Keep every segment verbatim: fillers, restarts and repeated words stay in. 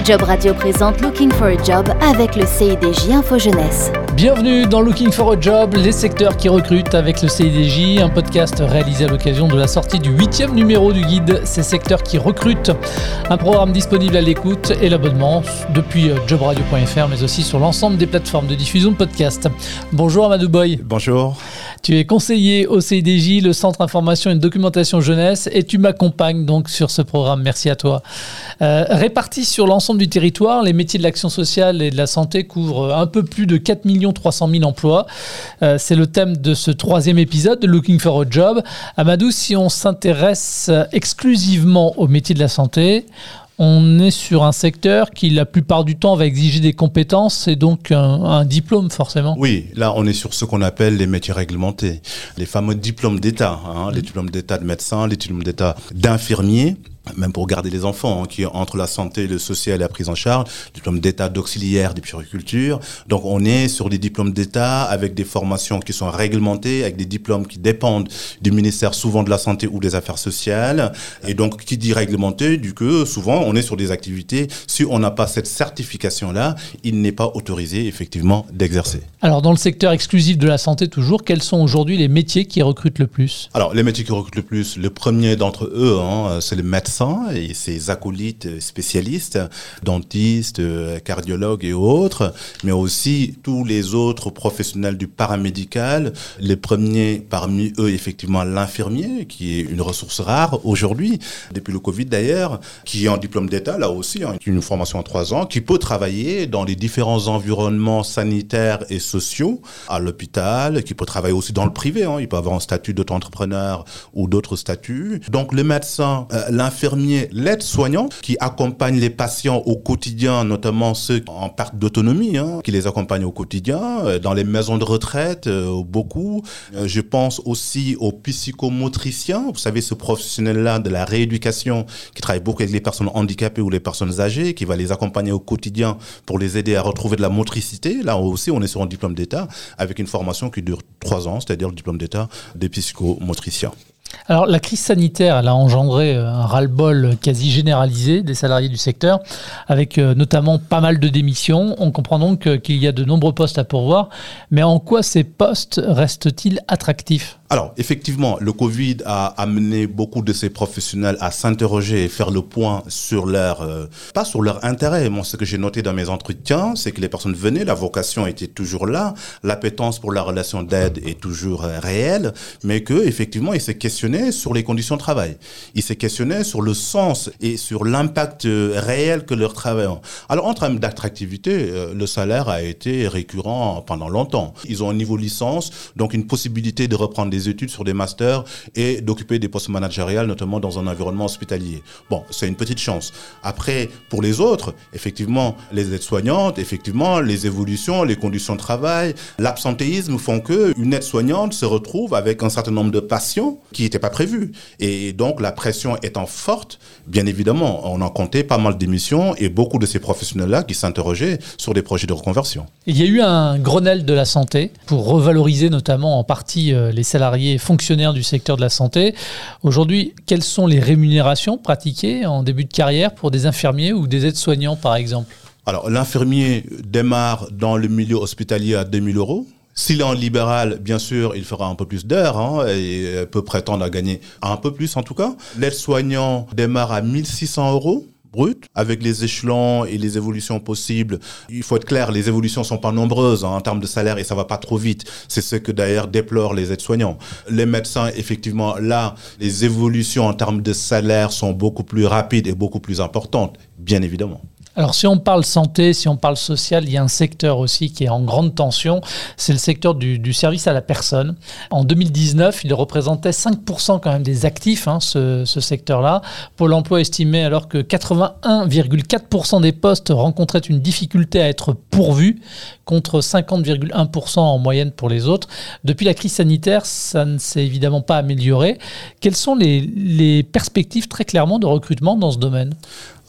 Job Radio présente Looking for a Job avec le C I D J Info Jeunesse. Bienvenue dans Looking for a Job, les secteurs qui recrutent avec le C I D J, un podcast réalisé à l'occasion de la sortie du huitième numéro du guide Ces secteurs qui recrutent. Un programme disponible à l'écoute et l'abonnement depuis job radio point f r, mais aussi sur l'ensemble des plateformes de diffusion de podcasts. Bonjour Amadou Boy. Bonjour. Tu es conseiller au C I D J, le Centre Information et Documentation Jeunesse, et tu m'accompagnes donc sur ce programme. Merci à toi. Euh, répartis sur l'ensemble du territoire, les métiers de l'action sociale et de la santé couvrent un peu plus de quatre millions trois cent mille emplois. Euh, c'est le thème de ce troisième épisode de Looking for a Job. Amadou, si on s'intéresse exclusivement aux métiers de la santé, on est sur un secteur qui, la plupart du temps, va exiger des compétences et donc un, un diplôme, forcément. Oui, là, on est sur ce qu'on appelle les métiers réglementés. Les fameux diplômes d'État, hein, mmh. les diplômes d'État de médecin, les diplômes d'État d'infirmier, même pour garder les enfants, hein, qui entre la santé, le social et la prise en charge, diplôme d'état d'auxiliaire de puériculture. Donc, on est sur des diplômes d'état avec des formations qui sont réglementées, avec des diplômes qui dépendent du ministère souvent de la santé ou des affaires sociales. Et donc, qui dit réglementé, du coup, souvent, on est sur des activités. Si on n'a pas cette certification-là, il n'est pas autorisé, effectivement, d'exercer. Alors, dans le secteur exclusif de la santé, toujours, quels sont aujourd'hui les métiers qui recrutent le plus ? Alors, les métiers qui recrutent le plus, le premier d'entre eux, hein, c'est le médecin et ses acolytes spécialistes, dentistes, cardiologues et autres, mais aussi tous les autres professionnels du paramédical. Les premiers parmi eux, effectivement, l'infirmier, qui est une ressource rare aujourd'hui, depuis le Covid d'ailleurs, qui est en diplôme d'État, là aussi, hein, une formation en trois ans, qui peut travailler dans les différents environnements sanitaires et sociaux, à l'hôpital, qui peut travailler aussi dans le privé, hein, il peut avoir un statut d'auto-entrepreneur ou d'autres statuts. Donc le médecin, euh, l'infirmier, l'aide-soignant qui accompagne les patients au quotidien, notamment ceux en perte d'autonomie, hein, qui les accompagnent au quotidien, dans les maisons de retraite, euh, beaucoup. Euh, je pense aussi aux psychomotriciens, vous savez, ce professionnel-là de la rééducation qui travaille beaucoup avec les personnes handicapées ou les personnes âgées, qui va les accompagner au quotidien pour les aider à retrouver de la motricité. Là aussi, on est sur un diplôme d'État avec une formation qui dure trois ans, c'est-à-dire le diplôme d'État des psychomotriciens. Alors, la crise sanitaire, elle a engendré un ras-le-bol quasi généralisé des salariés du secteur, avec notamment pas mal de démissions. On comprend donc qu'il y a de nombreux postes à pourvoir. Mais en quoi ces postes restent-ils attractifs ? Alors, effectivement, le Covid a amené beaucoup de ces professionnels à s'interroger et faire le point sur leur, euh, pas sur leur intérêt. Moi, ce que j'ai noté dans mes entretiens, c'est que les personnes venaient, la vocation était toujours là, l'appétence pour la relation d'aide est toujours euh, réelle, mais que, effectivement, ils se questionnaient sur les conditions de travail. Ils se questionnaient sur le sens et sur l'impact euh, réel que leur travail a. Alors, en termes d'attractivité, euh, le salaire a été récurrent pendant longtemps. Ils ont un niveau licence, donc une possibilité de reprendre des études sur des masters et d'occuper des postes managériels, notamment dans un environnement hospitalier. Bon, c'est une petite chance. Après, pour les autres, effectivement, les aides-soignantes, effectivement, les évolutions, les conditions de travail, l'absentéisme font qu'une aide-soignante se retrouve avec un certain nombre de patients qui n'étaient pas prévus. Et donc, la pression étant forte, bien évidemment, on en comptait pas mal d'émissions et beaucoup de ces professionnels-là qui s'interrogeaient sur des projets de reconversion. Il y a eu un Grenelle de la santé pour revaloriser notamment en partie les salariés fonctionnaires du secteur de la santé. Aujourd'hui, quelles sont les rémunérations pratiquées en début de carrière pour des infirmiers ou des aides-soignants, par exemple ? Alors, l'infirmier démarre dans le milieu hospitalier à deux mille euros. S'il est en libéral, bien sûr, il fera un peu plus d'heures hein, et peut prétendre à gagner un peu plus en tout cas. L'aide-soignant démarre à mille six cents euros. Brut, avec les échelons et les évolutions possibles. Il faut être clair, les évolutions sont pas nombreuses hein, en termes de salaire et ça va pas trop vite. C'est ce que d'ailleurs déplorent les aides-soignants. Les médecins, effectivement, là, les évolutions en termes de salaire sont beaucoup plus rapides et beaucoup plus importantes, bien évidemment. Alors si on parle santé, si on parle social, il y a un secteur aussi qui est en grande tension, c'est le secteur du, du service à la personne. En deux mille dix-neuf, il représentait cinq pour cent quand même des actifs, hein, ce, ce secteur-là. Pôle emploi estimait alors que quatre-vingt-un virgule quatre pour cent des postes rencontraient une difficulté à être pourvus, contre cinquante virgule un pour cent en moyenne pour les autres. Depuis la crise sanitaire, ça ne s'est évidemment pas amélioré. Quelles sont les, les perspectives très clairement de recrutement dans ce domaine ? Alors,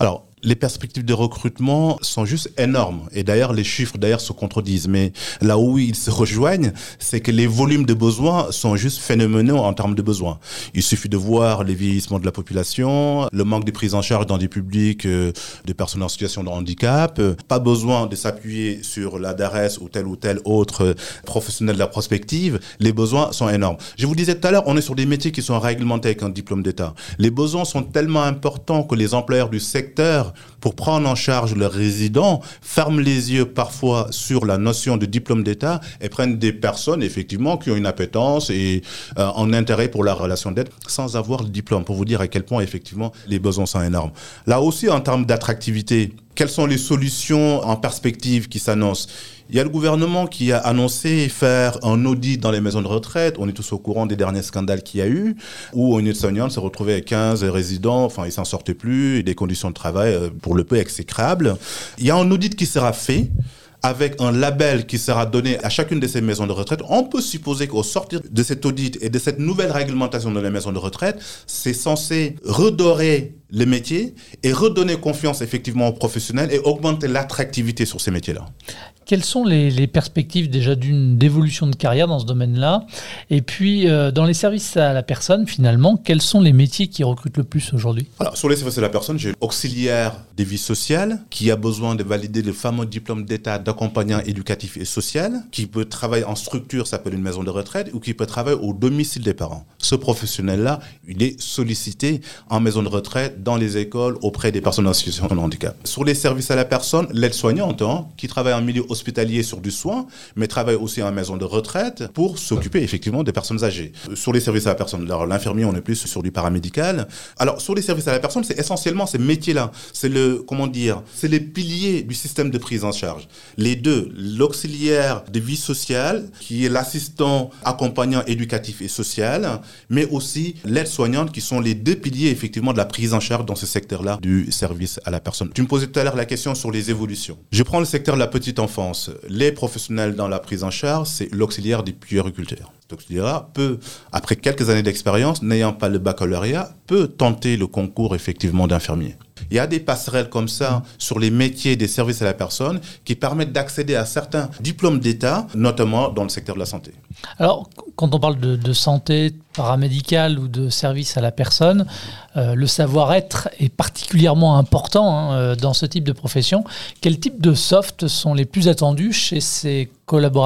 les perspectives de recrutement sont juste énormes. Et d'ailleurs, les chiffres d'ailleurs se contredisent. Mais là où ils se rejoignent, c'est que les volumes de besoins sont juste phénoménaux en termes de besoins. Il suffit de voir les vieillissements de la population, le manque de prise en charge dans des publics euh, de personnes en situation de handicap. Pas besoin de s'appuyer sur la D A R E S ou tel ou tel autre professionnel de la prospective. Les besoins sont énormes. Je vous disais tout à l'heure, on est sur des métiers qui sont réglementés avec un diplôme d'État. Les besoins sont tellement importants que les employeurs du secteur, pour prendre en charge leurs résidents, ferment les yeux parfois sur la notion de diplôme d'État et prennent des personnes, effectivement, qui ont une appétence et euh, un intérêt pour la relation d'aide sans avoir le diplôme, pour vous dire à quel point, effectivement, les besoins sont énormes. Là aussi, en termes d'attractivité, quelles sont les solutions en perspective qui s'annoncent ? Il y a le gouvernement qui a annoncé faire un audit dans les maisons de retraite. On est tous au courant des derniers scandales qu'il y a eu, où une aide-soignante s'est retrouvée avec quinze résidents, enfin ils s'en sortaient plus, et des conditions de travail pour le peu exécrables. Il y a un audit qui sera fait, avec un label qui sera donné à chacune de ces maisons de retraite. On peut supposer qu'au sortir de cet audit et de cette nouvelle réglementation dans les maisons de retraite, c'est censé redorer les métiers et redonner confiance effectivement aux professionnels et augmenter l'attractivité sur ces métiers-là. Quelles sont les, les perspectives déjà d'une d'évolution de carrière dans ce domaine-là ? Et puis, euh, dans les services à la personne, finalement, quels sont les métiers qui recrutent le plus aujourd'hui ? Alors, sur les services à la personne, j'ai auxiliaire des vies sociales qui a besoin de valider le fameux diplôme d'État d'accompagnant éducatif et social, qui peut travailler en structure, ça s'appelle une maison de retraite, ou qui peut travailler au domicile des parents. Ce professionnel-là, il est sollicité en maison de retraite, dans les écoles, auprès des personnes en situation de handicap. Sur les services à la personne, l'aide-soignante, hein, qui travaille en milieu hospitalier sur du soin, mais travaille aussi en maison de retraite pour s'occuper effectivement des personnes âgées. Sur les services à la personne, alors l'infirmier, on est plus sur du paramédical. Alors sur les services à la personne, c'est essentiellement ces métiers-là. C'est le, comment dire, c'est les piliers du système de prise en charge. Les deux, l'auxiliaire de vie sociale, qui est l'assistant accompagnant éducatif et social, mais aussi l'aide-soignante, qui sont les deux piliers effectivement de la prise en charge dans ce secteur-là du service à la personne. Tu me posais tout à l'heure la question sur les évolutions. Je prends le secteur de la petite enfance. Les professionnels dans la prise en charge, c'est l'auxiliaire du puériculteur. Cet auxiliaire peut, après quelques années d'expérience, n'ayant pas le baccalauréat, peut tenter le concours effectivement d'infirmier. Il y a des passerelles comme ça sur les métiers des services à la personne qui permettent d'accéder à certains diplômes d'État, notamment dans le secteur de la santé. Alors, quand on parle de, de santé paramédicale ou de service à la personne, euh, le savoir-être est particulièrement important hein, dans ce type de profession. Quel type de soft sont les plus attendus chez ces collaborateurs-là ?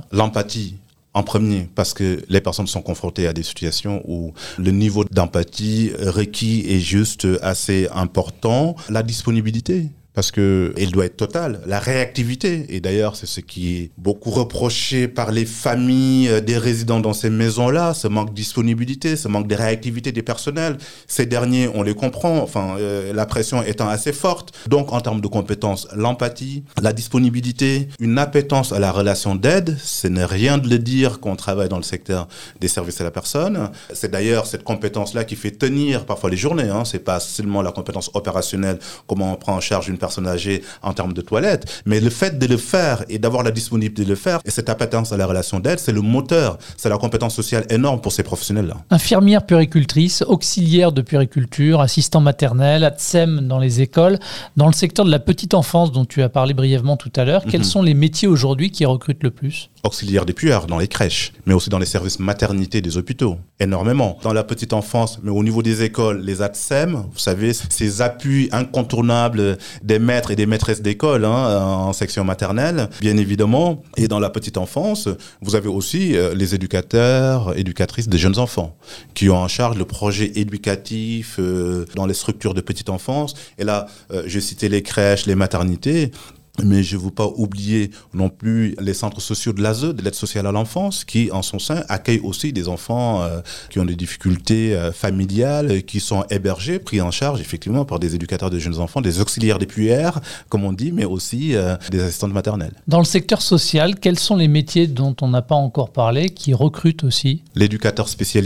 L'empathie. En premier, parce que les personnes sont confrontées à des situations où le niveau d'empathie requis est juste assez important. La disponibilité, parce que elle doit être totale. La réactivité, et d'ailleurs c'est ce qui est beaucoup reproché par les familles des résidents dans ces maisons-là, ce manque de disponibilité, ce manque de réactivité des personnels. Ces derniers, on les comprend, enfin euh, la pression étant assez forte. Donc en termes de compétences, l'empathie, la disponibilité, une appétence à la relation d'aide, ce n'est rien de le dire qu'on travaille dans le secteur des services à la personne. C'est d'ailleurs cette compétence-là qui fait tenir parfois les journées, hein. C'est pas seulement la compétence opérationnelle, comment on prend en charge une personne âgée en termes de toilettes, mais le fait de le faire et d'avoir la disponibilité de le faire et cette appétence à la relation d'aide, c'est le moteur, c'est la compétence sociale énorme pour ces professionnels-là. Infirmière puéricultrice, auxiliaire de puériculture, assistant maternel, A T S E M dans les écoles, dans le secteur de la petite enfance dont tu as parlé brièvement tout à l'heure, quels mm-hmm. sont les métiers aujourd'hui qui recrutent le plus ? Auxiliaire des puères dans les crèches, mais aussi dans les services maternité des hôpitaux, énormément. Dans la petite enfance, mais au niveau des écoles, les A T S E M, vous savez, ces appuis incontournables des maîtres et des maîtresses d'école hein, en section maternelle, bien évidemment. Et dans la petite enfance, vous avez aussi euh, les éducateurs, éducatrices des jeunes enfants, qui ont en charge le projet éducatif euh, dans les structures de petite enfance. Et là, euh, je citais les crèches, les maternités. Mais je ne veux pas oublier non plus les centres sociaux de l'A S E, de l'aide sociale à l'enfance, qui en son sein accueillent aussi des enfants euh, qui ont des difficultés euh, familiales, qui sont hébergés, pris en charge effectivement par des éducateurs de jeunes enfants, des auxiliaires des puères, comme on dit, mais aussi euh, des assistantes maternelles. Dans le secteur social, quels sont les métiers dont on n'a pas encore parlé, qui recrutent aussi ? L'éducateur spécialisé.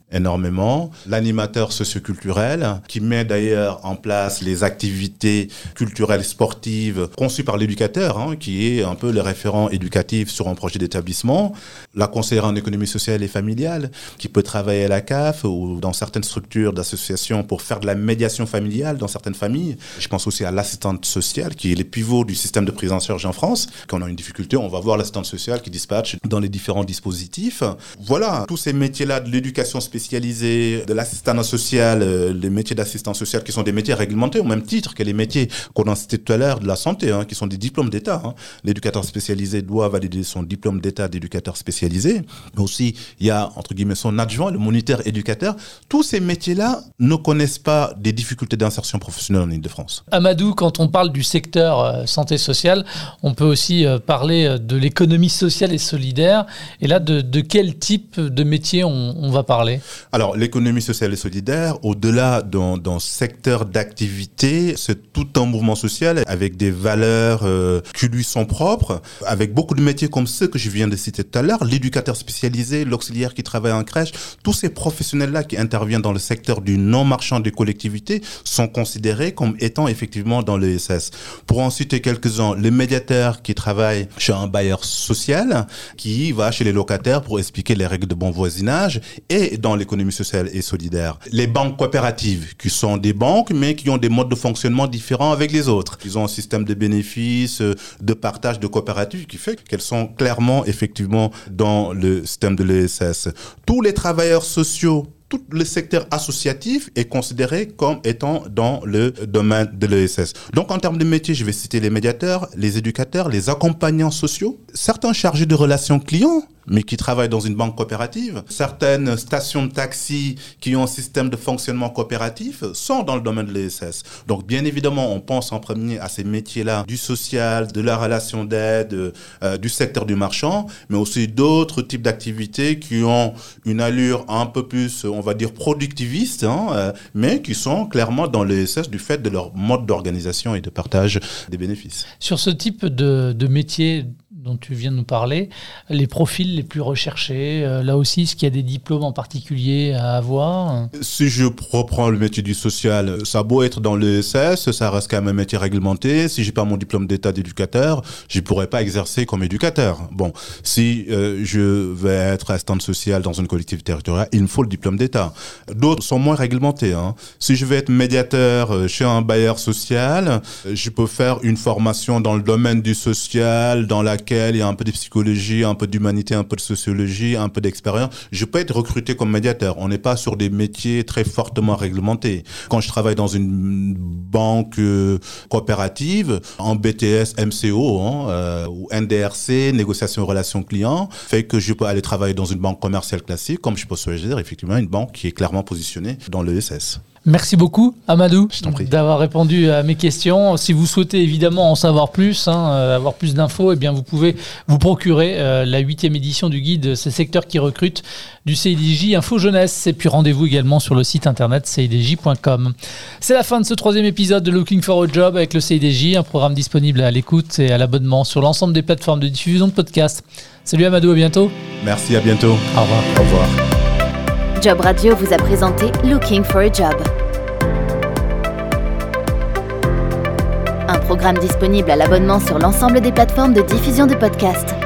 énormément. L'animateur socioculturel qui met d'ailleurs en place les activités culturelles sportives conçues par l'éducateur, hein, qui est un peu le référent éducatif sur un projet d'établissement. La conseillère en économie sociale et familiale qui peut travailler à la C A F ou dans certaines structures d'associations pour faire de la médiation familiale dans certaines familles. Je pense aussi à l'assistante sociale qui est le pivot du système de prise en charge en France. Quand on a une difficulté, on va voir l'assistante sociale qui dispatche dans les différents dispositifs. Voilà, tous ces métiers-là de l'éducation spécialisée, de l'assistance sociale, euh, les métiers d'assistance sociale qui sont des métiers réglementés au même titre que les métiers qu'on a cités tout à l'heure de la santé, hein, qui sont des diplômes d'État. Hein. L'éducateur spécialisé doit valider son diplôme d'État d'éducateur spécialisé. Mais aussi, il y a, entre guillemets, son adjoint, le moniteur éducateur. Tous ces métiers-là ne connaissent pas des difficultés d'insertion professionnelle en Île-de-France. Amadou, quand on parle du secteur euh, santé sociale, on peut aussi euh, parler de l'économie sociale et solidaire. Et là, de, de quel type de métier on, on va parler ? Alors, l'économie sociale et solidaire, au-delà d'un, d'un secteur d'activité, c'est tout un mouvement social avec des valeurs euh, qui lui sont propres, avec beaucoup de métiers comme ceux que je viens de citer tout à l'heure, l'éducateur spécialisé, l'auxiliaire qui travaille en crèche, tous ces professionnels-là qui interviennent dans le secteur du non-marchand des collectivités sont considérés comme étant effectivement dans le S S. Pour en citer quelques-uns, le médiateur qui travaille chez un bailleur social, qui va chez les locataires pour expliquer les règles de bon voisinage, et dans l'économie sociale et solidaire. Les banques coopératives, qui sont des banques, mais qui ont des modes de fonctionnement différents avec les autres. Ils ont un système de bénéfices, de partage de coopératives, qui fait qu'elles sont clairement, effectivement, dans le système de l'E S S. Tous les travailleurs sociaux, tout le secteur associatif est considéré comme étant dans le domaine de l'E S S. Donc, en termes de métiers, je vais citer les médiateurs, les éducateurs, les accompagnants sociaux, certains chargés de relations clients, mais qui travaillent dans une banque coopérative. Certaines stations de taxi qui ont un système de fonctionnement coopératif sont dans le domaine de l'E S S. Donc, bien évidemment, on pense en premier à ces métiers-là du social, de la relation d'aide, euh, du secteur du marchand, mais aussi d'autres types d'activités qui ont une allure un peu plus, on va dire, productiviste, hein, euh, mais qui sont clairement dans l'E S S du fait de leur mode d'organisation et de partage des bénéfices. Sur ce type de, de métier dont tu viens de nous parler, les profils les plus recherchés, euh, là aussi, est-ce qu'il y a des diplômes en particulier à avoir ? Si je reprends le métier du social, ça a beau être dans l'E S S, ça reste quand même un métier réglementé. Si j'ai pas mon diplôme d'état d'éducateur, je pourrais pas exercer comme éducateur. Bon, si euh, je vais être assistante sociale dans une collectivité territoriale, il me faut le diplôme d'état. D'autres sont moins réglementés. Hein. Si je vais être médiateur chez un bailleur social, je peux faire une formation dans le domaine du social, dans laquelle il y a un peu de psychologie, un peu d'humanité, un peu de sociologie, un peu d'expérience. Je peux être recruté comme médiateur. On n'est pas sur des métiers très fortement réglementés. Quand je travaille dans une banque euh, coopérative, en B T S, M C O, hein, euh, ou N D R C, négociation relations clients, fait que je peux aller travailler dans une banque commerciale classique, comme je peux choisir effectivement une banque qui est clairement positionnée dans l'E S S. Merci beaucoup, Amadou, Je t'en prie. d'avoir répondu à mes questions. Si vous souhaitez évidemment en savoir plus, hein, euh, avoir plus d'infos, eh bien vous pouvez vous procurer euh, la huitième édition du guide Ces secteurs qui recrutent du C I D J Info Jeunesse. Et puis rendez-vous également sur le site internet c i d j point com. C'est la fin de ce troisième épisode de Looking for a Job avec le C I D J, un programme disponible à l'écoute et à l'abonnement sur l'ensemble des plateformes de diffusion de podcasts. Salut Amadou, à bientôt. Merci, à bientôt. Au revoir. Au revoir. Job Radio vous a présenté Looking for a Job. Un programme disponible à l'abonnement sur l'ensemble des plateformes de diffusion de podcasts.